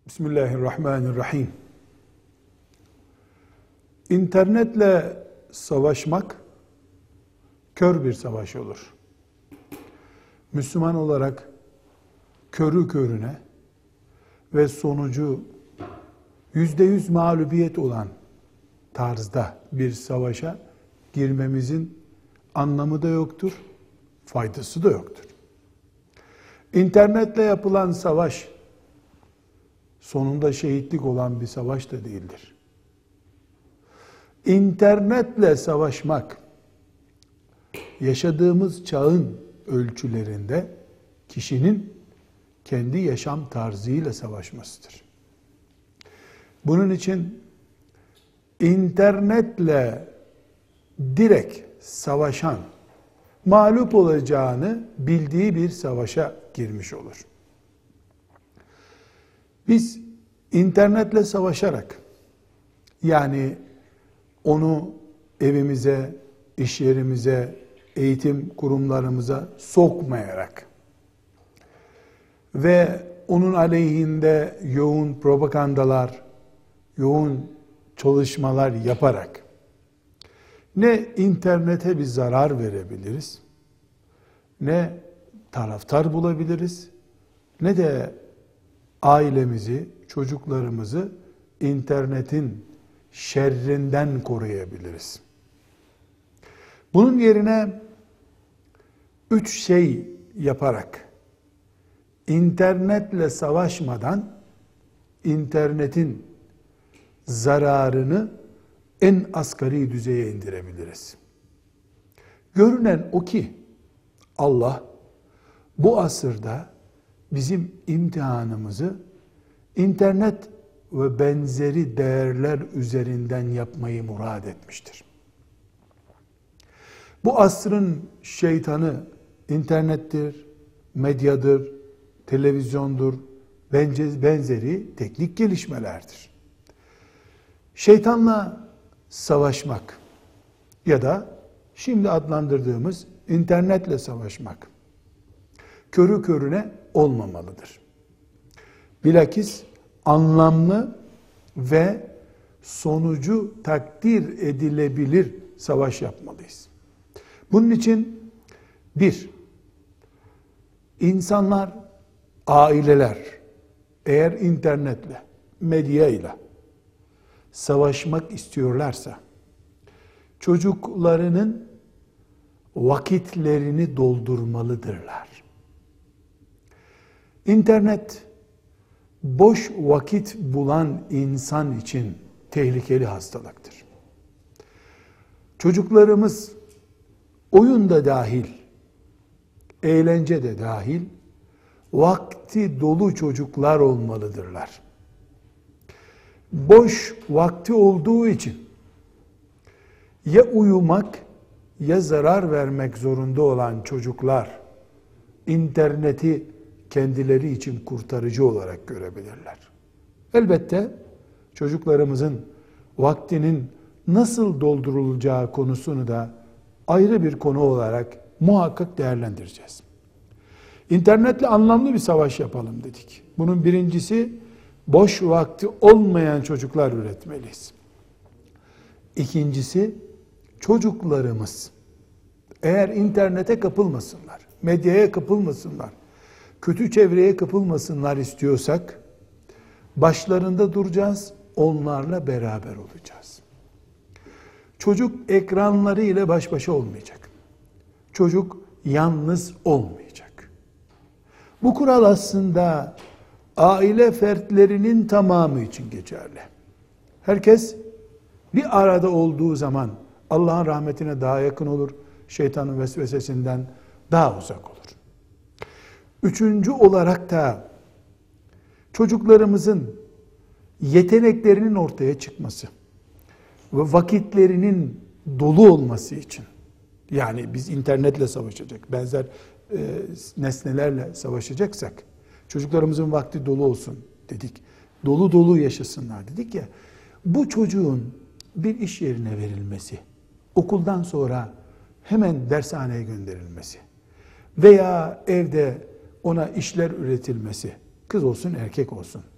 Bismillahirrahmanirrahim. İnternetle savaşmak kör bir savaş olur. Müslüman olarak körü körüne ve sonucu %100 mağlubiyet olan tarzda bir savaşa girmemizin anlamı da yoktur, faydası da yoktur. İnternetle yapılan savaş sonunda şehitlik olan bir savaş da değildir. İnternetle savaşmak, yaşadığımız çağın ölçülerinde kişinin kendi yaşam tarzıyla savaşmasıdır. Bunun için internetle direkt savaşan, mağlup olacağını bildiği bir savaşa girmiş olur. Biz internetle savaşarak, yani onu evimize, iş yerimize, eğitim kurumlarımıza sokmayarak ve onun aleyhinde yoğun propagandalar, yoğun çalışmalar yaparak ne internete bir zarar verebiliriz, ne taraftar bulabiliriz, ne de ailemizi, çocuklarımızı internetin şerrinden koruyabiliriz. Bunun yerine 3 şey yaparak internetle savaşmadan internetin zararını en asgari düzeye indirebiliriz. Görünen o ki Allah bu asırda bizim imtihanımızı internet ve benzeri değerler üzerinden yapmayı murad etmiştir. Bu asrın şeytanı internettir, medyadır, televizyondur, benzeri teknik gelişmelerdir. Şeytanla savaşmak ya da şimdi adlandırdığımız internetle savaşmak körü körüne olmamalıdır. Bilakis anlamlı ve sonucu takdir edilebilir savaş yapmalıyız. Bunun için insanlar, aileler eğer internetle, medyayla savaşmak istiyorlarsa çocuklarının vakitlerini doldurmalıdırlar. İnternet boş vakit bulan insan için tehlikeli hastalıktır. Çocuklarımız oyun da dahil, eğlence de dahil, vakti dolu çocuklar olmalıdırlar. Boş vakti olduğu için ya uyumak ya zarar vermek zorunda olan çocuklar interneti kendileri için kurtarıcı olarak görebilirler. Elbette çocuklarımızın vaktinin nasıl doldurulacağı konusunu da ayrı bir konu olarak muhakkak değerlendireceğiz. İnternetle anlamlı bir savaş yapalım dedik. Bunun birincisi boş vakti olmayan çocuklar üretmeliyiz. İkincisi çocuklarımız eğer internete kapılmasınlar, medyaya kapılmasınlar, kötü çevreye kapılmasınlar istiyorsak başlarında duracağız, onlarla beraber olacağız. Çocuk ekranları ile baş başa olmayacak. Çocuk yalnız olmayacak. Bu kural aslında aile fertlerinin tamamı için geçerli. Herkes bir arada olduğu zaman Allah'ın rahmetine daha yakın olur, şeytanın vesvesesinden daha uzak olur. Üçüncü olarak da çocuklarımızın yeteneklerinin ortaya çıkması ve vakitlerinin dolu olması için, yani biz internetle savaşacak, benzer nesnelerle savaşacaksak, çocuklarımızın vakti dolu olsun dedik. Dolu dolu yaşasınlar dedik ya, bu çocuğun bir iş yerine verilmesi, okuldan sonra hemen dershaneye gönderilmesi veya evde ona işler üretilmesi, kız olsun erkek olsun,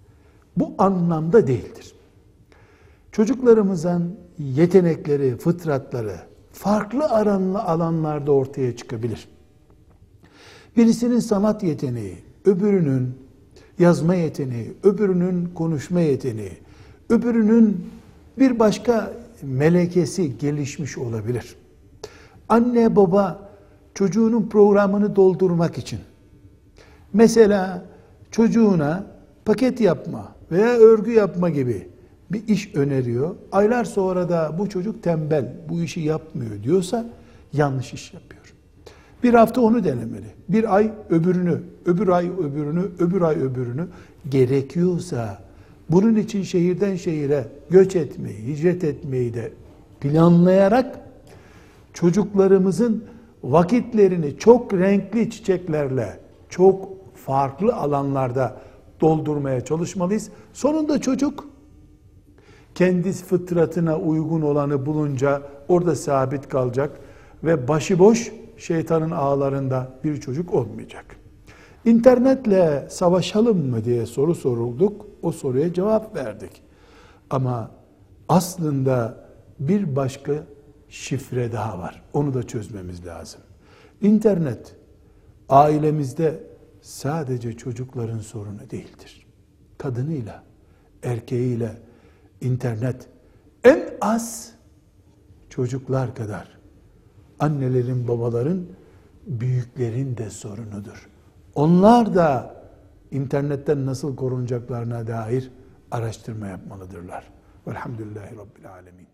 bu anlamda değildir. Çocuklarımızın yetenekleri, fıtratları farklı alanlarda ortaya çıkabilir. Birisinin sanat yeteneği, öbürünün yazma yeteneği, öbürünün konuşma yeteneği, öbürünün bir başka melekesi gelişmiş olabilir. Anne baba çocuğunun programını doldurmak için mesela çocuğuna paket yapma veya örgü yapma gibi bir iş öneriyor. Aylar sonra da bu çocuk tembel, bu işi yapmıyor diyorsa yanlış iş yapıyor. Bir hafta onu denemeli. Bir ay öbürünü, öbür ay öbürünü, öbür ay öbürünü, gerekiyorsa bunun için şehirden şehire göç etmeyi, hicret etmeyi de planlayarak çocuklarımızın vakitlerini çok renkli çiçeklerle, çok farklı alanlarda doldurmaya çalışmalıyız. Sonunda çocuk kendi fıtratına uygun olanı bulunca orada sabit kalacak ve başıboş şeytanın ağlarında bir çocuk olmayacak. İnternetle savaşalım mı diye soru sorulduk. O soruya cevap verdik. Ama aslında bir başka şifre daha var. Onu da çözmemiz lazım. İnternet ailemizde sadece çocukların sorunu değildir. Kadınıyla, erkeğiyle internet en az çocuklar kadar annelerin, babaların, büyüklerin de sorunudur. Onlar da internetten nasıl korunacaklarına dair araştırma yapmalıdırlar. Velhamdülillahi Rabbil Alemin.